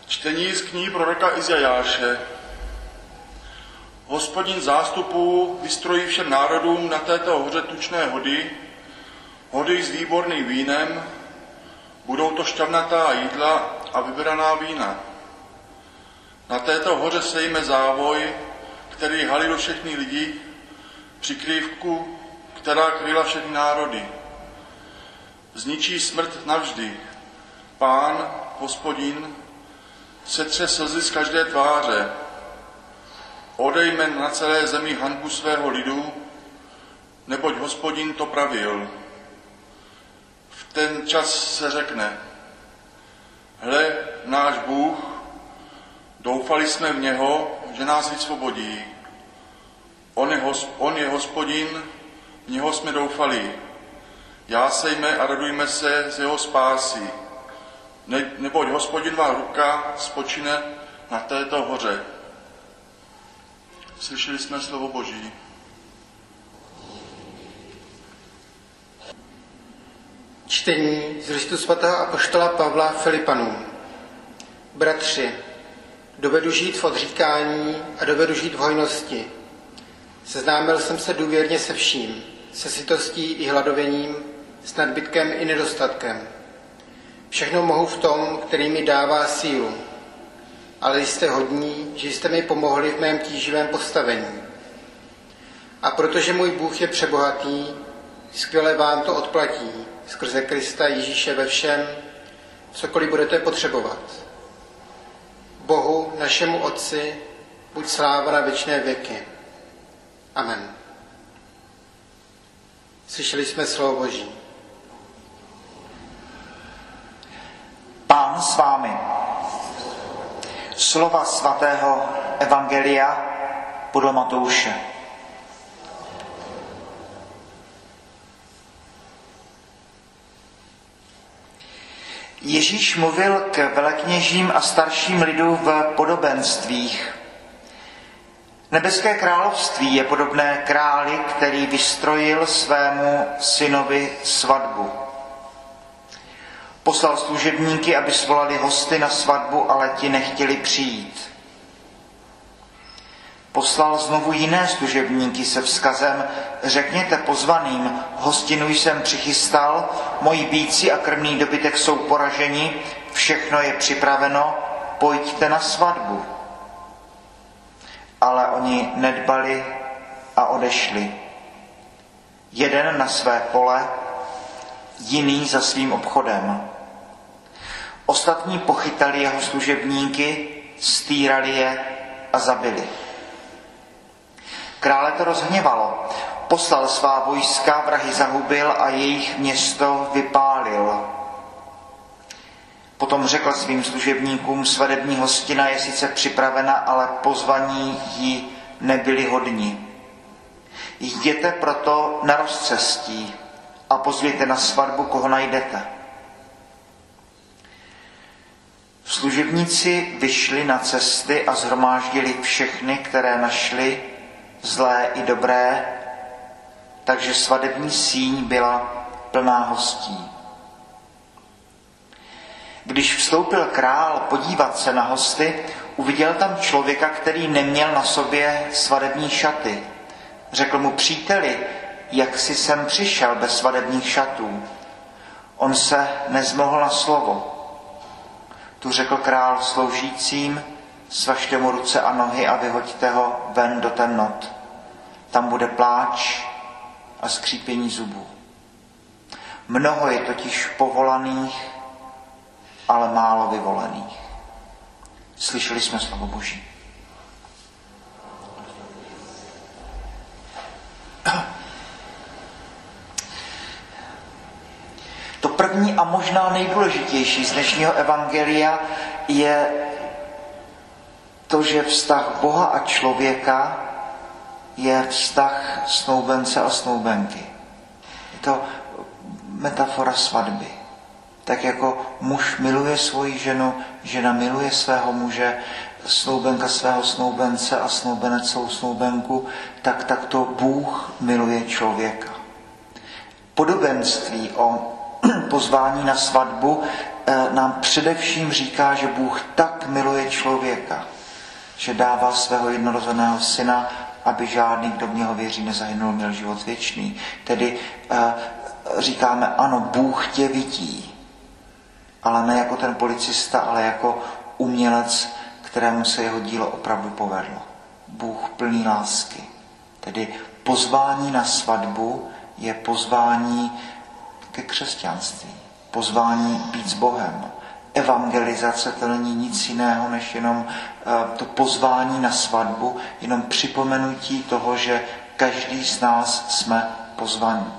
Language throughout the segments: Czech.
Čtení z knihy proroka Izajáše. Hospodin zástupů vystrojí všem národům na této hoře tučné hody, hody s výborným vínem, budou to šťavnatá jídla a vybraná vína. Na této hoře sejme závoj, který halil všechny lidi, přikrývku, která kryla všechny národy. Zničí smrt navždy. Pán, Hospodin, setře slzy z každé tváře. Odejme na celé zemi hanbu svého lidu, neboť Hospodin to pravil. V ten čas se řekne: hle, náš Bůh, doufali jsme v něho, že nás vysvobodí. On je Hospodin, v něho jsme doufali. Jásejme a radujme se z jeho spásy. Neboť Hospodinová ruka spočine na této hoře. Slyšeli jsme slovo Boží. Čtení z listu svatého apoštola Pavla Filipanům. Bratři, dovedu žít v odříkání a dovedu žít v hojnosti. Seznámil jsem se důvěrně se vším, se sytostí i hladověním, s nadbytkem i nedostatkem. Všechno mohu v tom, který mi dává sílu. Ale jste hodní, že jste mi pomohli v mém tíživém postavení. A protože můj Bůh je přebohatý, skvěle vám to odplatí skrze Krista Ježíše ve všem, cokoliv budete potřebovat. Bohu, našemu Otci, buď sláva na věčné věky. Amen. Slyšeli jsme slovo Boží. Pán s vámi. Slova svatého evangelia podle Matouše. Ježíš mluvil k velekněžím a starším lidu v podobenstvích. Nebeské království je podobné králi, který vystrojil svému synovi svatbu. Poslal služebníky, aby svolali hosty na svatbu, ale ti nechtěli přijít. Poslal znovu jiné služebníky se vzkazem: řekněte pozvaným, hostinu jsem přichystal, moji býci a krmný dobytek jsou poraženi, všechno je připraveno, pojďte na svatbu. Ale oni nedbali a odešli. Jeden na své pole, jiný za svým obchodem. Ostatní pochytali jeho služebníky, stýrali je a zabili. Krále to rozhněvalo. Poslal svá vojska, vrahy zahubil a jejich město vypálil. Potom řekl svým služebníkům: svatební hostina je sice připravena, ale pozvaní ji nebyli hodni. Jděte proto na rozcestí a pozvěte na svatbu, koho najdete. Služebníci vyšli na cesty a shromáždili všechny, které našli, zlé i dobré, takže svatební síň byla plná hostí. Když vstoupil král podívat se na hosty, uviděl tam člověka, který neměl na sobě svatební šaty. Řekl mu: příteli, jak jsi sem přišel bez svatebních šatů? On se nezmohl na slovo. Tu řekl král sloužícím: svažte mu ruce a nohy a vyhoďte ho ven do temnot. Tam bude pláč a skřípění zubů. Mnoho je totiž povolaných, ale málo vyvolených. Slyšeli jsme slovo Boží. To první a možná nejdůležitější z dnešního evangelia je to, že vztah Boha a člověka je vztah snoubence a snoubenky. Je to metafora svatby. Tak jako muž miluje svoji ženu, žena miluje svého muže, snoubenka svého snoubence a snoubenec svou snoubenku, tak to Bůh miluje člověka. Podobenství o pozvání na svatbu nám především říká, že Bůh tak tak miluje člověka, že dává svého jednorozeného syna, aby žádný, kdo v něho věří, nezahynul, měl život věčný. Tedy říkáme, ano, Bůh tě vidí, ale ne jako ten policista, ale jako umělec, kterému se jeho dílo opravdu povedlo. Bůh plný lásky. Tedy pozvání na svatbu je pozvání ke křesťanství. Pozvání být s Bohem. Evangelizace to není nic jiného, než jenom to pozvání na svatbu, jenom připomenutí toho, že každý z nás jsme pozvaní.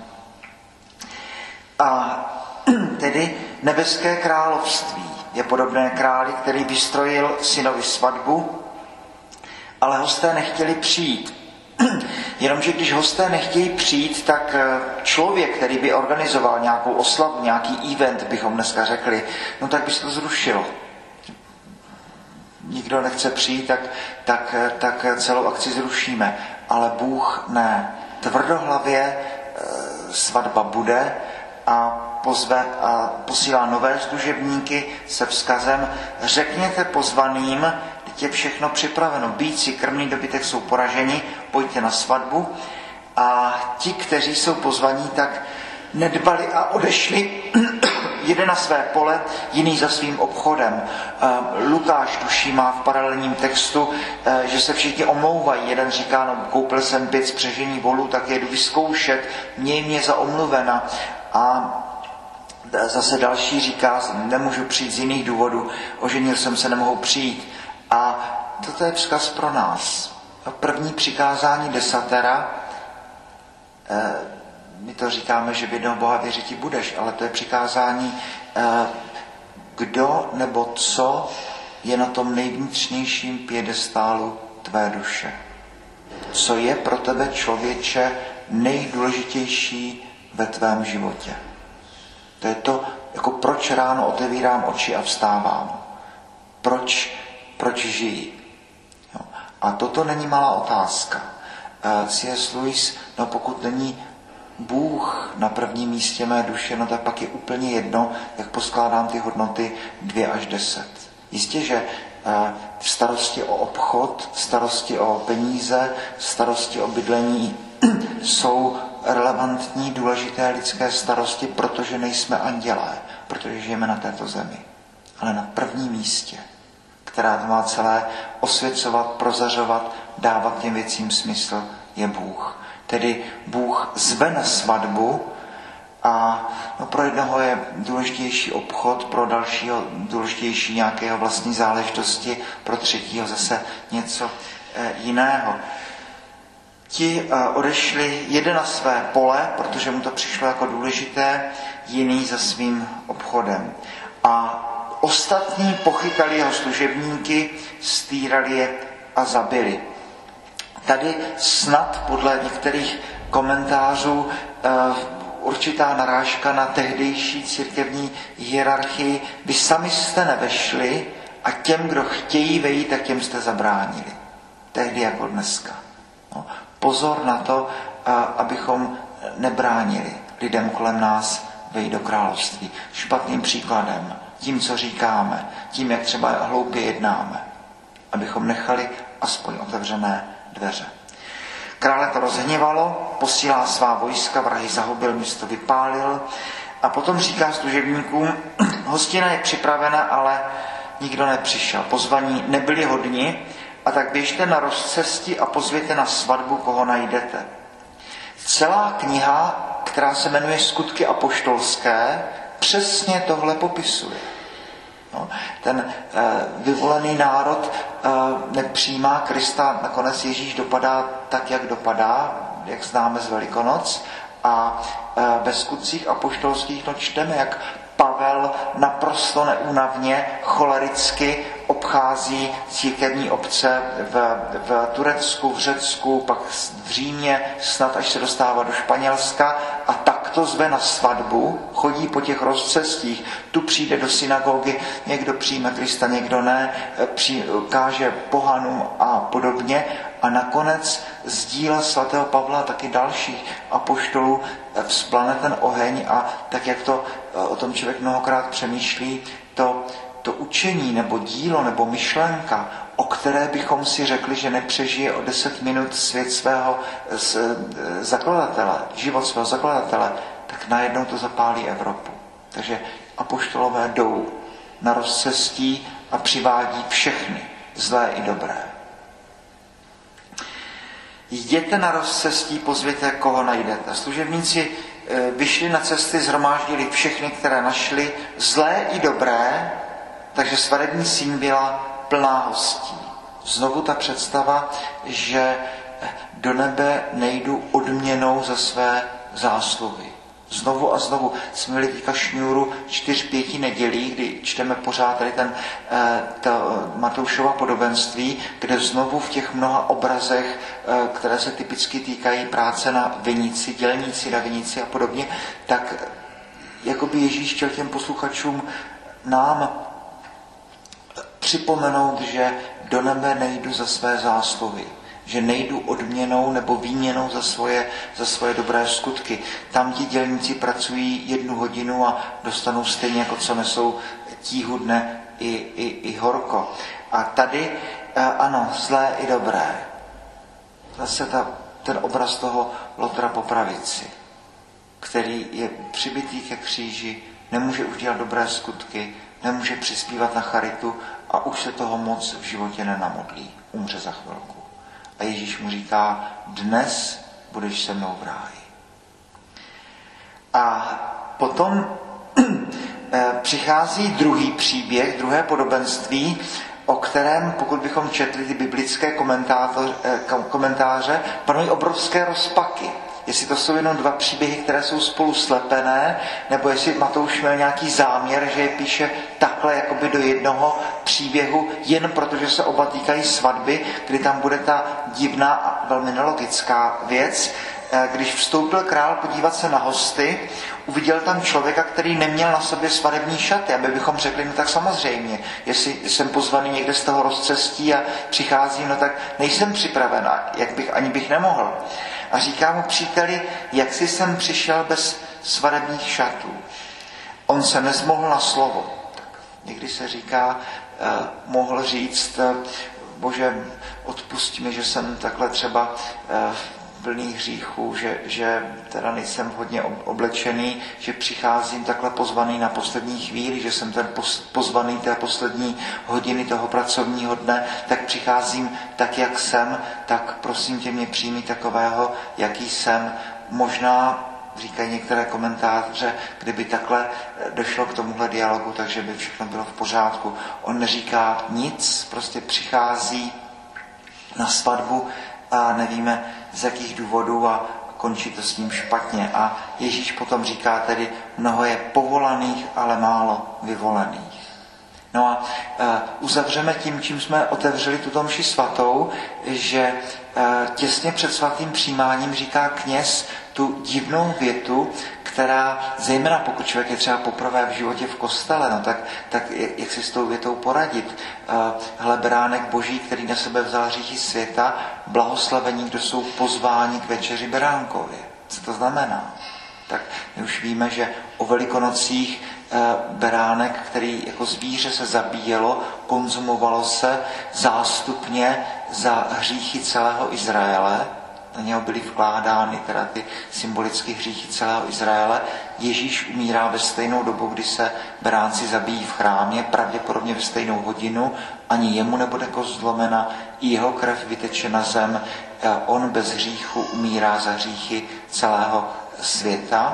A tedy nebeské království je podobné králi, který vystrojil synovi svatbu, ale hosté nechtěli přijít. Jenomže když hosté nechtějí přijít, tak člověk, který by organizoval nějakou oslavu, nějaký event, bychom dneska řekli, no tak by se to zrušilo. Nikdo nechce přijít, tak celou akci zrušíme. Ale Bůh ne. Tvrdohlavě svatba bude a pozve a posílá nové služebníky se vzkazem: řekněte pozvaným, teď je všechno připraveno. Býci, krmný dobytek jsou poraženi, pojďte na svatbu. A ti, kteří jsou pozvaní, tak nedbali a odešli, jeden na své pole, jiný za svým obchodem. Lukáš, tuší, má v paralelním textu, že se všichni omlouvají. Jeden říká, no koupil jsem 5 spřežení volů, tak jedu vyzkoušet, měj mě za omluvena. A zase další říká, nemůžu přijít z jiných důvodů, oženil jsem se, nemohu přijít. A toto je vzkaz pro nás. První přikázání desatera, my to říkáme, že v jednoho Boha věřiti budeš, ale to je přikázání, kdo nebo co je na tom nejvnitřnějším piedestálu tvé duše. Co je pro tebe, člověče, nejdůležitější ve tvém životě. To je to, jako proč ráno otevírám oči a vstávám. Proč žiji. Jo. A toto není malá otázka. C.S. Lewis, no pokud není Bůh na prvním místě mé duše, no tak pak je úplně jedno, jak poskládám ty hodnoty 2 až 10. Jistě, že starosti o obchod, starosti o peníze, starosti o bydlení jsou relevantní, důležité lidské starosti, protože nejsme andělé, protože žijeme na této zemi. Ale na prvním místě, která to má celé osvěcovat, prozařovat, dávat těm věcím smysl, je Bůh. Tedy Bůh zve na svatbu a no, pro jednoho je důležitější obchod, pro dalšího důležitější nějakého vlastní záležitosti, pro třetího zase něco jiného. Ti odešli jeden na své pole, protože mu to přišlo jako důležité, jiný za svým obchodem. A ostatní pochytali jeho služebníky, stýrali je a zabili. Tady snad podle některých komentářů určitá narážka na tehdejší církevní hierarchii. Vy sami jste nevešli a těm, kdo chtějí vejít, tak těm jste zabránili. Tehdy jako dneska. No, pozor na to, abychom nebránili lidem kolem nás vejít do království. Špatným příkladem, tím, co říkáme, tím, jak třeba hloupě jednáme. Abychom nechali aspoň otevřené dveře. Krále to rozhněvalo, posílá svá vojska, vrahy zahubil, město vypálil a potom říká služebníkům, hostina je připravena, ale nikdo nepřišel. Pozvaní nebyli hodni, a tak běžte na rozcesti a pozvěte na svatbu, koho najdete. Celá kniha, která se jmenuje Skutky apoštolské, přesně tohle popisuje. No, ten vyvolený národ nepřijímá Krista, nakonec Ježíš dopadá tak, jak dopadá, jak známe z Velikonoc. A ve Skutcích apoštolských čteme, jak Pavel naprosto neúnavně, cholericky obchází církevní obce v Turecku, v Řecku, pak v Římě, snad až se dostává do Španělska a takto zve na svatbu, chodí po těch rozcestích, tu přijde do synagogy, někdo přijme Krista, někdo ne, káže pohanům a podobně a nakonec z díla svatého Pavla a taky dalších apoštolů vzplane ten oheň a tak, jak to o tom člověk mnohokrát přemýšlí, to to učení nebo dílo nebo myšlenka, o které bychom si řekli, že nepřežije o 10 minut svět svého zakladatele, život svého zakladatele, tak najednou to zapálí Evropu. Takže apoštolové jdou na rozcestí a přivádí všechny, zlé i dobré. Jděte na rozcestí, pozvěte, koho najdete. Služebníci vyšli na cesty, shromáždili všechny, které našli, zlé i dobré, takže svatební síň byla plná hostí. Znovu ta představa, že do nebe nejdu odměnou za své zásluhy. Znovu a znovu jsme měli teďka šňůru 4-5 nedělí, kdy čteme pořád tady to Matoušova podobenství, kde znovu v těch mnoha obrazech, které se typicky týkají práce na vinici, dělníci na vinici a podobně, tak jakoby Ježíš chtěl těm posluchačům nám připomenout, že do nebe nejdu za své zásluhy, že nejdu odměnou nebo výměnou za svoje dobré skutky. Tam ti dělníci pracují 1 hodinu a dostanou stejně, jako co nesou tíhu dne i horko. A tady, ano, zlé i dobré. Zase ten obraz toho Lotra po pravici, který je přibitý ke kříži, nemůže už dělat dobré skutky, nemůže přispívat na charitu a už se toho moc v životě nenamodlí. Umře za chvilku. A Ježíš mu říká, dnes budeš se mnou v ráji. A potom přichází druhý příběh, druhé podobenství, o kterém, pokud bychom četli ty biblické komentáře, panují obrovské rozpaky. Jestli to jsou jenom 2 příběhy, které jsou spolu slepené, nebo jestli Matouš měl nějaký záměr, že je píše takhle jakoby do jednoho příběhu, jen protože se oba týkají svatby, kdy tam bude ta divná a velmi nelogická věc. Když vstoupil král podívat se na hosty, uviděl tam člověka, který neměl na sobě svatební šaty, aby bychom řekli, no tak samozřejmě, jestli jsem pozvaný někde z toho rozcestí a přicházím, no tak nejsem připravena, ani bych nemohl. A říká mu, příteli, jak jsi sem přišel bez svadebních šatů? On se nezmohl na slovo. Tak někdy se říká, mohl říct, Bože, odpusť mi, že jsem takhle třeba plný hříchů, že teda nejsem hodně oblečený, že přicházím takhle pozvaný na poslední chvíli, že jsem ten pozvaný té poslední hodiny toho pracovního dne, tak přicházím tak, jak jsem, tak prosím tě, mě přijmi takového, jaký jsem. Možná, říkají některé komentáře, kdyby takhle došlo k tomuhle dialogu, takže by všechno bylo v pořádku. On neříká nic, prostě přichází na svatbu a nevíme z jakých důvodů a končí to s ním špatně. A Ježíš potom říká tedy, mnoho je povolaných, ale málo vyvolených. No a uzavřeme tím, čím jsme otevřeli tuto mši svatou, že těsně před svatým přijímáním říká kněz tu divnou větu, která, zejména pokud člověk je třeba poprvé v životě v kostele, no tak jak si s tou větou poradit? Hle, beránek boží, který na sebe vzal hříchy světa, blahoslavení, kdo jsou pozváni k večeři beránkově. Co to znamená? Tak my už víme, že o Velikonocích beránek, který jako zvíře se zabíjelo, konzumovalo se zástupně za hříchy celého Izraele. Na něho byly vkládány teda ty symbolické hříchy celého Izraele. Ježíš umírá ve stejnou dobu, kdy se beránci zabijí v chrámě, pravděpodobně ve stejnou hodinu. Ani jemu nebude kost zlomena, i jeho krev vyteče na zem. On bez hříchu umírá za hříchy celého světa.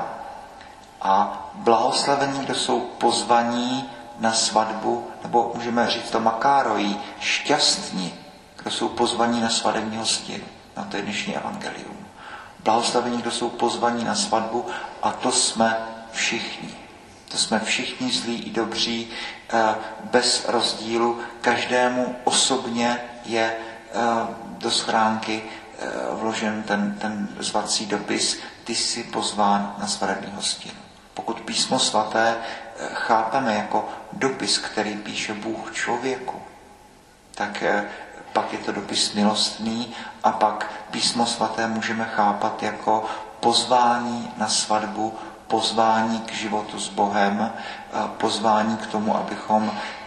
A blahoslavení, kdo jsou pozvaní na svatbu, nebo můžeme říct to makárojí, šťastní, kdo jsou pozvaní na svatební hostinu. No to je dnešní evangelium. Blahoslavení, kdo jsou pozvaní na svatbu, a to jsme všichni. To jsme všichni zlí i dobří, bez rozdílu. Každému osobně je do schránky vložen ten zvací dopis, ty jsi pozván na svatební hostinu. Pokud písmo svaté chápeme jako dopis, který píše Bůh člověku, tak pak je to dopis milostný a pak písmo svaté můžeme chápat jako pozvání na svatbu, pozvání k životu s Bohem, pozvání k tomu, abychom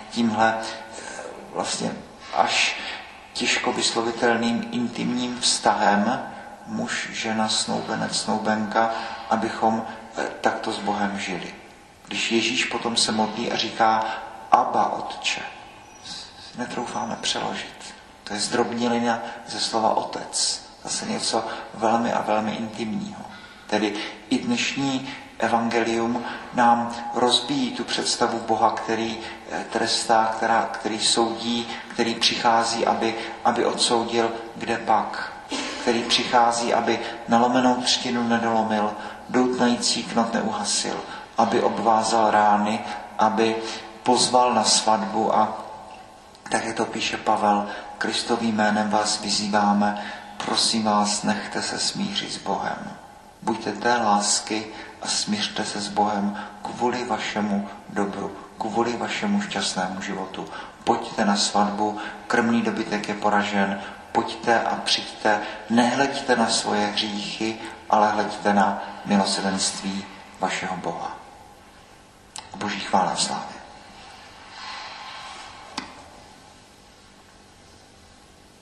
tímhle vlastně až těžko vyslovitelným intimním vztahem muž, žena, snoubenec, snoubenka, abychom takto s Bohem žili. Když Ježíš potom se modlí a říká Abba, Otče, netroufáme přeložit. To je zdrobnělina ze slova otec. Zase něco velmi a velmi intimního. Tedy i dnešní evangelium nám rozbíjí tu představu Boha, který trestá, který soudí, který přichází, aby odsoudil, kde pak. Který přichází, aby nalomenou třtinu nedolomil, doutnající knot neuhasil, aby obvázal rány, aby pozval na svatbu a tak, jak to píše Pavel, Kristovým jménem vás vyzýváme, prosím vás, nechte se smířit s Bohem. Buďte té lásky a smířte se s Bohem kvůli vašemu dobru, kvůli vašemu šťastnému životu. Pojďte na svatbu, krmný dobytek je poražen, pojďte a přijďte, nehleďte na svoje hříchy, ale hleďte na milosrdenství vašeho Boha. Boží chvála a slávy.